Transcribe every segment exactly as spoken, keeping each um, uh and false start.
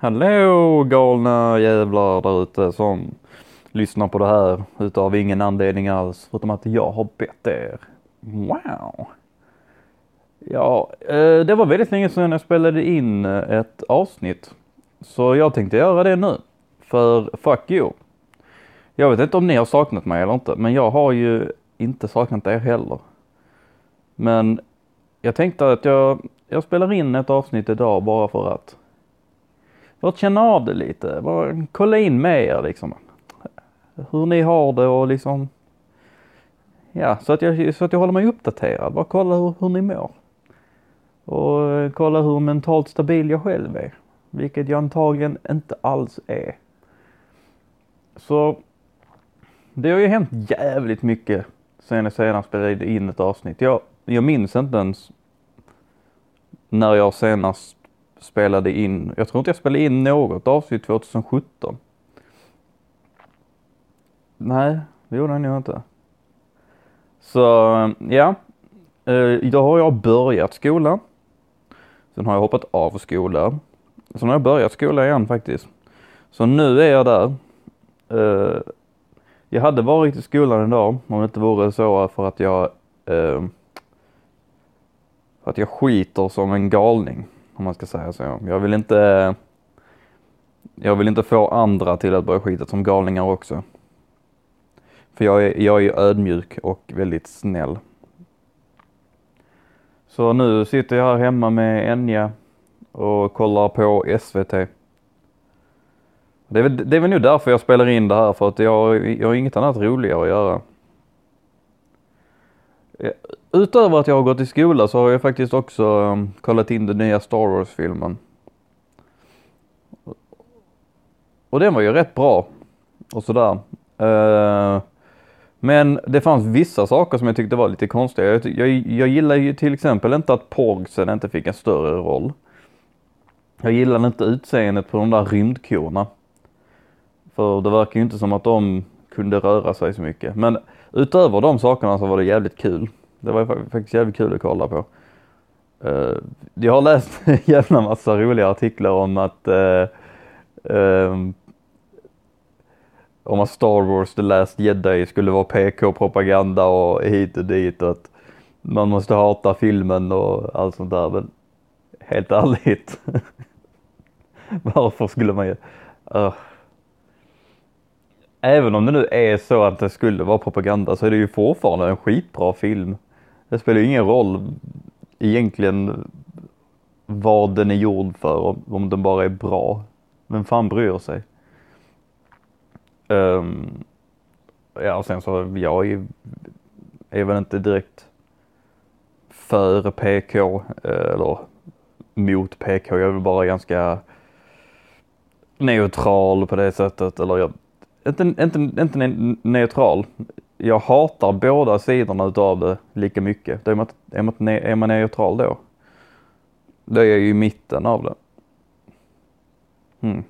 Hallå galna jävlar där ute som lyssnar på det här utav ingen anledning alls förutom att jag har bett er. Wow! Ja, eh, det var väldigt länge sedan jag spelade in ett avsnitt. Så jag tänkte göra det nu. För fuck you. Jag vet inte om ni har saknat mig eller inte, men jag har ju inte saknat er heller. Men jag tänkte att jag, jag spelar in ett avsnitt idag bara för att För att känna av det lite. Bara kolla in med er liksom. Hur ni har det och liksom. Ja, så att jag, så att jag håller mig uppdaterad. Bara kolla hur, hur ni mår. Och kolla hur mentalt stabil jag själv är. Vilket jag antagligen inte alls är. Så det har ju hänt jävligt mycket sen jag sedan spelade in ett avsnitt. Jag, jag minns inte ens när jag senast spelade in. Jag tror inte jag spelade in något avsnitt tjugohundrasjutton. Nej, det gjorde jag nog inte. Så ja, idag har jag börjat skolan. Sen har jag hoppat av skolan. Sen har jag börjat skolan igen faktiskt. Så nu är jag där. Jag hade varit i skolan idag om det inte vore så för att jag för att jag skiter som en galning. Om man ska säga så. Jag vill inte jag vill inte få andra till att börja skita som galningar också. För jag är, jag är ödmjuk och väldigt snäll. Så nu sitter jag här hemma med Enya och kollar på S V T. Det är, väl, det är väl nu därför jag spelar in det här, för att jag, jag har inget annat roligare att göra. Utöver att jag har gått i skola så har jag faktiskt också um, kollat in den nya Star Wars-filmen. Och den var ju rätt bra. Och sådär. Uh, men det fanns vissa saker som jag tyckte var lite konstiga. Jag, jag, jag gillar ju till exempel inte att Porgsen inte fick en större roll. Jag gillar inte utseendet på de där rymdkorna. För det verkar ju inte som att de kunde röra sig så mycket. Men utöver de sakerna så var det jävligt kul. Det var faktiskt jävligt kul att kolla på. Uh, jag har läst en jävla massa roliga artiklar om att uh, um, om att Star Wars The Last Jedi skulle vara P K-propaganda och hit och dit, och att man måste hata filmen och allt sånt där. Men helt ärligt, varför skulle man ju... Uh. Även om det nu är så att det skulle vara propaganda så är det ju fortfarande en skitbra film. Det spelar ju ingen roll egentligen vad den är gjord för, om den bara är bra. Men fan bryr sig. Um, ja, och sen så jag är, är väl inte direkt för P K eller mot P K. Jag är väl bara ganska neutral på det sättet. Eller jag, inte, inte, inte neutral. Jag hatar båda sidorna utav det lika mycket. Är man, är man, är man neutral då? Då är jag ju i mitten av det. Hmm.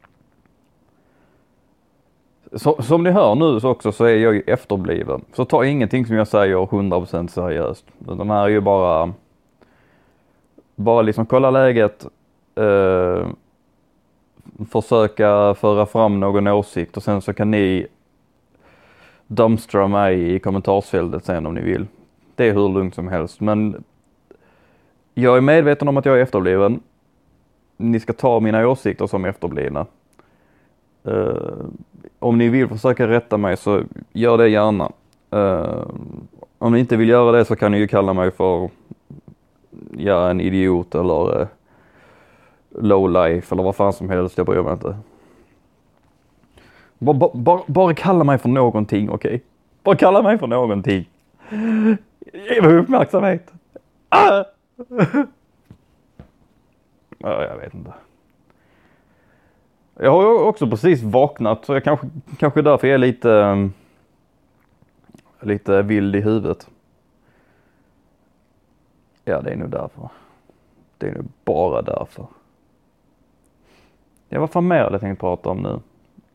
Så, som ni hör nu så också så är jag ju efterbliven. Så ta ingenting som jag säger hundra procent seriöst. Den här är ju bara bara liksom kolla läget, eh, försöka föra fram någon åsikt och sen så kan ni dumpstra mig i kommentarsfältet sen om ni vill. Det är hur lugnt som helst, men jag är medveten om att jag är efterbliven. Ni ska ta mina åsikter som efterblivna. Uh, om ni vill försöka rätta mig så gör det gärna. Uh, om ni inte vill göra det så kan ni ju kalla mig för ja, en idiot eller uh, low life eller vad fan som helst, jag bryr mig inte. Bara, bara, bara, bara kalla mig för någonting, okej? Okay? Bara kalla mig för någonting. Ge mig uppmärksamhet. Ah! Ja, jag vet inte. Jag har ju också precis vaknat, så jag kanske, kanske därför är lite um, lite vild i huvudet. Ja, det är nog därför. Det är nog bara därför. Ja, vad fan mer hade jag tänkt prata om nu?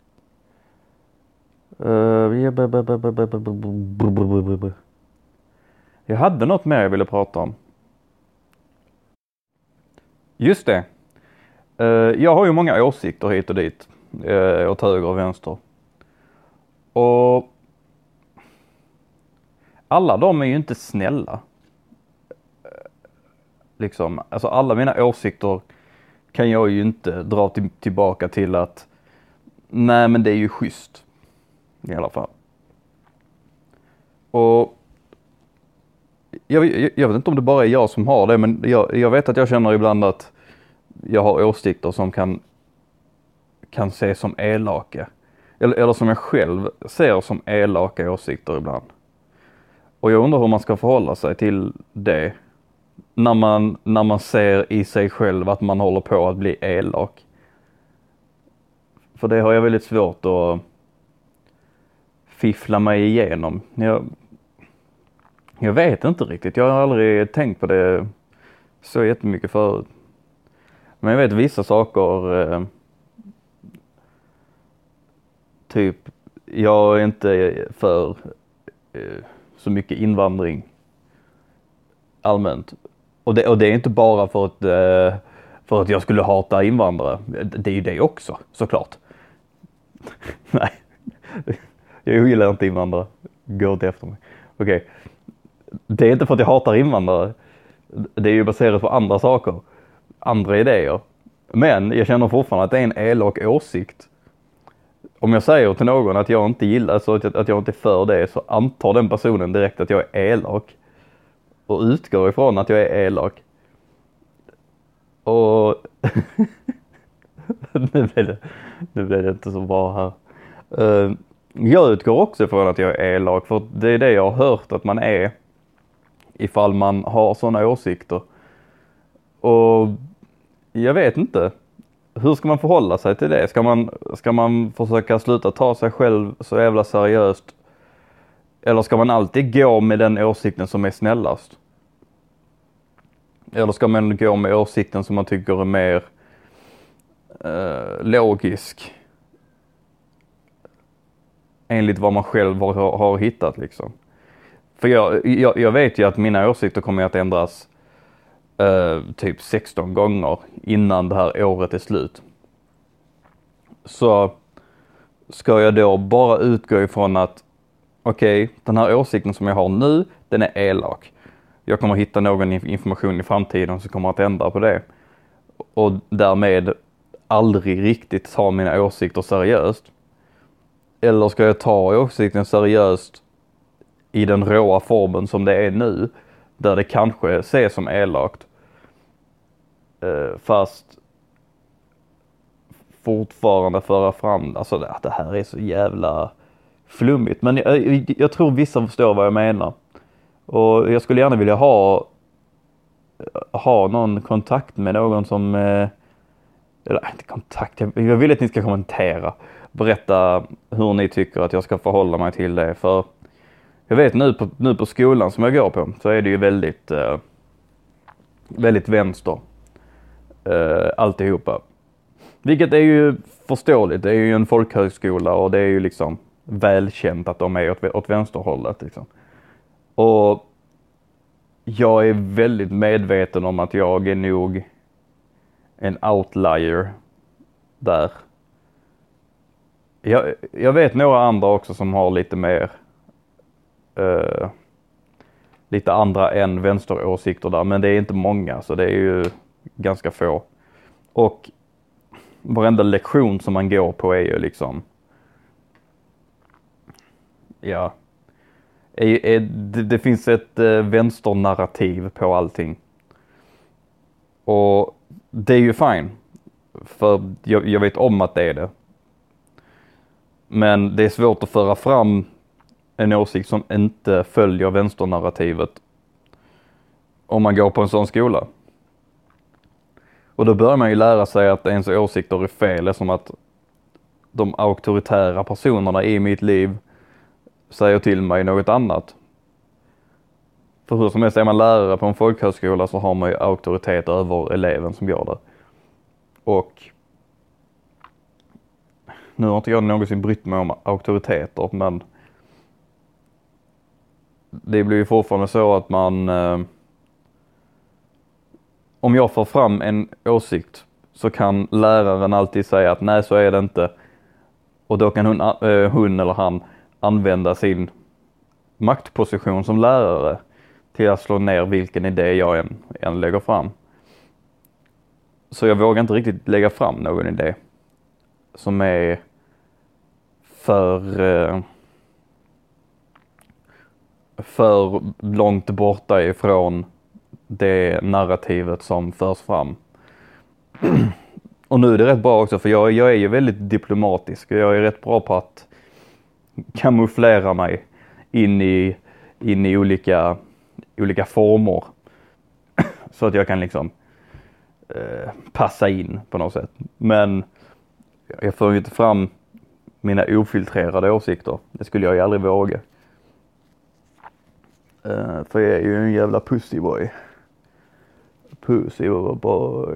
Uh, jag hade något mer jag ville prata om. Just det. Uh, jag har ju många åsikter hit och dit. Uh, åt höger och vänster. Och alla de är ju inte snälla. Uh, liksom, alltså alla mina åsikter kan jag ju inte dra till, tillbaka till att nej men det är ju schysst. I alla fall. Och jag, jag, jag vet inte om det bara är jag som har det, men jag, jag vet att jag känner ibland att jag har åsikter som kan kan ses som elaka. Eller, eller som jag själv ser som elaka åsikter ibland. Och jag undrar hur man ska förhålla sig till det. När man, när man ser i sig själv att man håller på att bli elak. För det har jag väldigt svårt att fiffla mig igenom. Jag, jag vet inte riktigt. Jag har aldrig tänkt på det så jättemycket förut. Men jag vet vissa saker. Eh, typ, jag är inte för eh, så mycket invandring allmänt. Och det, och det är inte bara för att, eh, för att jag skulle hata invandrare. Det är ju det också, såklart. Nej, jag gillar inte invandrare. Gå inte efter mig. Okej. Okay. Det är inte för att jag hatar invandrare. Det är ju baserat på andra saker. Andra idéer. Men jag känner fortfarande att det är en elak åsikt. Om jag säger till någon att jag inte gillar, så att, att jag inte är för det, så antar den personen direkt att jag är elak. Och utgår ifrån att jag är elak. Och nu, blev det, nu blev det inte så bra här. Uh, jag utgår också ifrån att jag är elak, för det är det jag har hört att man är. Ifall man har sådana åsikter. Och jag vet inte. Hur ska man förhålla sig till det? Ska man, ska man försöka sluta ta sig själv så jävla seriöst? Eller ska man alltid gå med den åsikten som är snällast? Eller ska man gå med åsikten som man tycker är mer eh, logisk? Enligt vad man själv har, har hittat liksom. För jag, jag, jag vet ju att mina åsikter kommer att ändras eh, typ sexton gånger innan det här året är slut. Så ska jag då bara utgå ifrån att okej, okay, den här åsikten som jag har nu, den är elak. Jag kommer hitta någon information i framtiden som kommer att ändra på det. Och därmed aldrig riktigt ta mina åsikter seriöst. Eller ska jag ta åsikten seriöst i den råa formen som det är nu, där det kanske ses som elakt. Fast fortfarande föra fram, alltså det, det här är så jävla flummigt. Men jag, jag tror vissa förstår vad jag menar. Och jag skulle gärna vilja ha ha någon kontakt med någon som eh, eller inte kontakt, jag, jag vill att ni ska kommentera. Berätta hur ni tycker att jag ska förhålla mig till det. För jag vet nu på, nu på skolan som jag går på så är det ju väldigt eh, väldigt vänster eh, alltihopa. Vilket är ju förståeligt. Det är ju en folkhögskola och det är ju liksom välkänt att de är åt, åt vänsterhållet liksom. Och jag är väldigt medveten om att jag är nog en outlier där. Jag, jag vet några andra också som har lite mer uh, lite andra än vänsteråsikter där, men det är inte många, så det är ju ganska få. Och varenda lektion som man går på är ju liksom ja är, är, det, det finns ett uh, vänsternarrativ på allting. Och det är ju fine. För jag, jag vet om att det är det. Men det är svårt att föra fram en åsikt som inte följer vänsternarrativet om man går på en sån skola. Och då bör man ju lära sig att ens åsikter är fel, som att de auktoritära personerna i mitt liv säger till mig något annat. För hur som helst, är man lärare på en folkhögskola så har man ju auktoritet över eleven som går där. Och nu har inte jag någonsin brytt mig om auktoriteter, men det blir ju fortfarande så att man eh, om jag får fram en åsikt så kan läraren alltid säga att nej, så är det inte. Och då kan hon, äh, hon eller han använda sin maktposition som lärare till att slå ner vilken idé jag än, än lägger fram. Så jag vågar inte riktigt lägga fram någon idé som är för eh, för långt borta ifrån det narrativet som förs fram. Och nu är det rätt bra också, för jag, jag är ju väldigt diplomatisk och jag är rätt bra på att kamouflera mig in i, in i olika, olika former så att jag kan liksom eh, passa in på något sätt. Men jag får ju inte fram mina ofiltrerade åsikter. Det skulle jag ju aldrig våga. Uh, för jag är ju en jävla pussyboy. Pussyboy.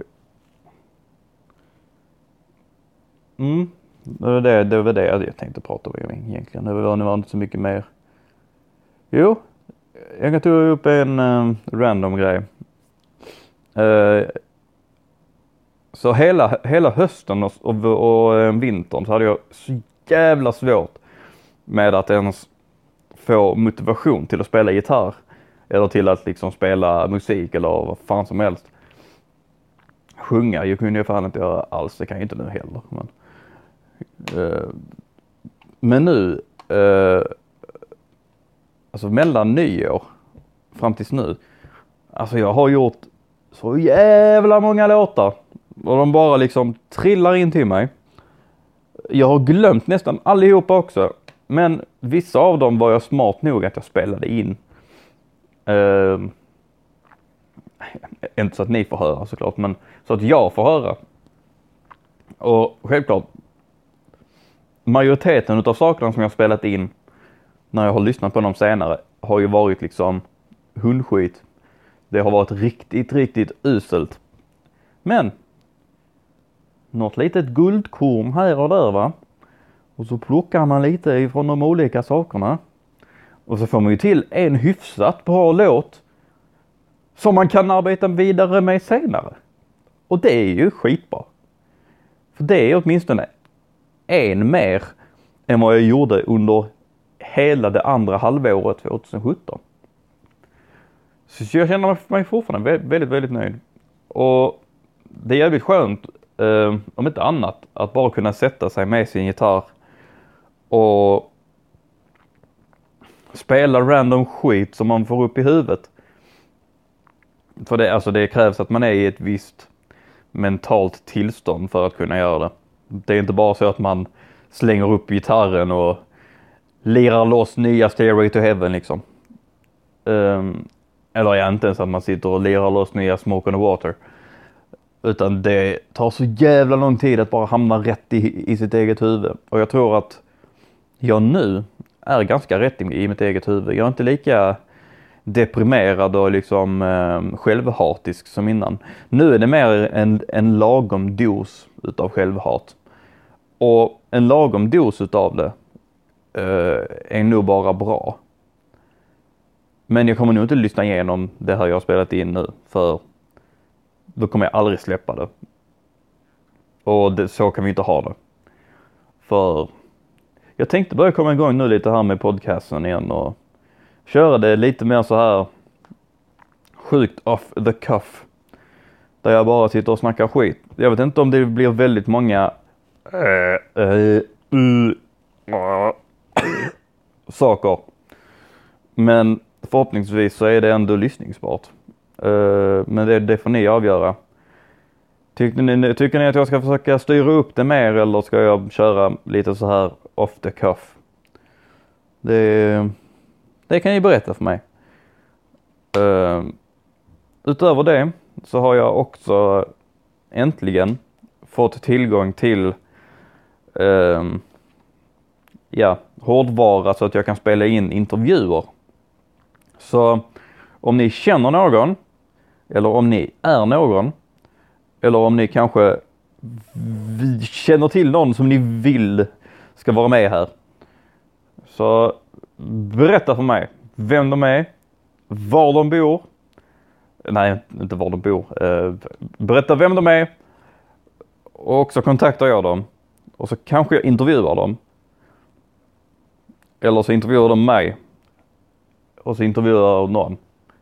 Mm. Det var det, det var det jag tänkte prata om egentligen. Det var, det var inte så mycket mer. Jo. Jag kan ta upp en uh, random grej. Uh, så hela, hela hösten och, och, och uh, vintern så hade jag så jävla svårt med att ens få motivation till att spela gitarr eller till att liksom spela musik eller vad fan som helst. Sjunga, jag kunde ju fan inte göra alls, det kan jag inte nu heller. Men, uh, men nu, uh, alltså mellan nyår fram tills nu, alltså jag har gjort så jävla många låtar och de bara liksom trillar in till mig. Jag har glömt nästan allihopa också. Men vissa av dem var jag smart nog att jag spelade in. Uh, inte så att ni får höra såklart, men så att jag får höra. Och självklart, majoriteten av sakerna som jag spelat in när jag har lyssnat på dem senare har ju varit liksom hundskit. Det har varit riktigt, riktigt uselt. Men något litet guldkorn här och där, va? Och så plockar man lite ifrån de olika sakerna. Och så får man ju till en hyfsat bra låt som man kan arbeta vidare med senare. Och det är ju skitbra. För det är åtminstone en mer än vad jag gjorde under hela det andra halvåret tjugohundrasjutton. Så jag känner mig fortfarande väldigt, väldigt nöjd. Och det är jävligt skönt, eh, om inte annat, att bara kunna sätta sig med sin gitarr och spela random skit som man får upp i huvudet. För det, alltså det krävs att man är i ett visst mentalt tillstånd för att kunna göra det. Det är inte bara så att man slänger upp gitarren och lirar loss nya Stairway to Heaven liksom. Um, eller ja, inte ens att man sitter och lirar loss nya Smoke on the Water. Utan det tar så jävla lång tid att bara hamna rätt i, i sitt eget huvud. Och jag tror att jag nu är ganska rätt i, i mitt eget huvud. Jag är inte lika deprimerad och liksom eh, självhatisk som innan. Nu är det mer en, en lagom dos utav självhat. Och en lagom dos utav det eh, är nog bara bra. Men jag kommer nog inte lyssna igenom det här jag har spelat in nu, för då kommer jag aldrig släppa det. Och det, så kan vi inte ha det. För jag tänkte börja komma igång nu lite här med podcasten igen och köra det lite mer så här sjukt off the cuff. Där jag bara sitter och snackar skit. Jag vet inte om det blir väldigt många äh, äh, äh, saker. Men förhoppningsvis så är det ändå lyssningsbart. Uh, men det, det får ni avgöra. Tycker ni, tycker ni att jag ska försöka styra upp det mer, eller ska jag köra lite så här off the cuff? Det, det kan ni berätta för mig. Uh, utöver det så har jag också äntligen fått tillgång till uh, ja, hårdvara så att jag kan spela in intervjuer. Så om ni känner någon, eller om ni är någon, eller om ni kanske känner till någon som ni vill ska vara med här, så berätta för mig vem de är, var de bor, nej inte var de bor, berätta vem de är Och så kontaktar jag dem. Och så kanske jag intervjuar dem. Eller så intervjuar de mig. Och så intervjuar jag någon.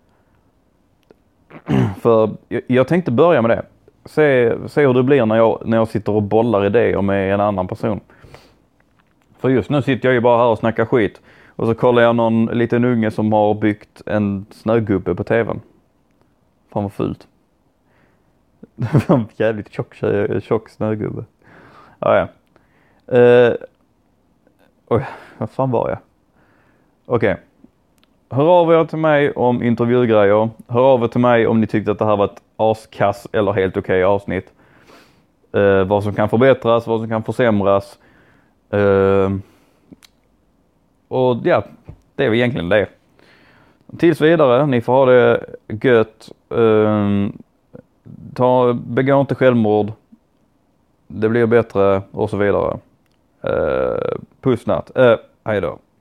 För jag, jag tänkte börja med det. Se, se hur det blir när jag, när jag sitter och bollar idéer med en annan person. För just nu sitter jag ju bara här och snackar skit. Och så kollar jag någon liten unge som har byggt en snögubbe på tvn. Fan vad fult. Det var en jävligt tjock, tjock snögubbe. Ja, ja. Uh, oj, vad fan var jag? Okej. Okay. Hör av er till mig om intervjugrejer. Hör av er till mig om ni tyckte att det här var ett askass eller helt okej avsnitt. Uh, vad som kan förbättras, vad som kan försämras. Uh, och ja, det är väl egentligen det. Tills vidare, ni får ha det gött. Uh, ta, begå inte självmord. Det blir bättre och så vidare. Uh, puss natt. Uh, hej då.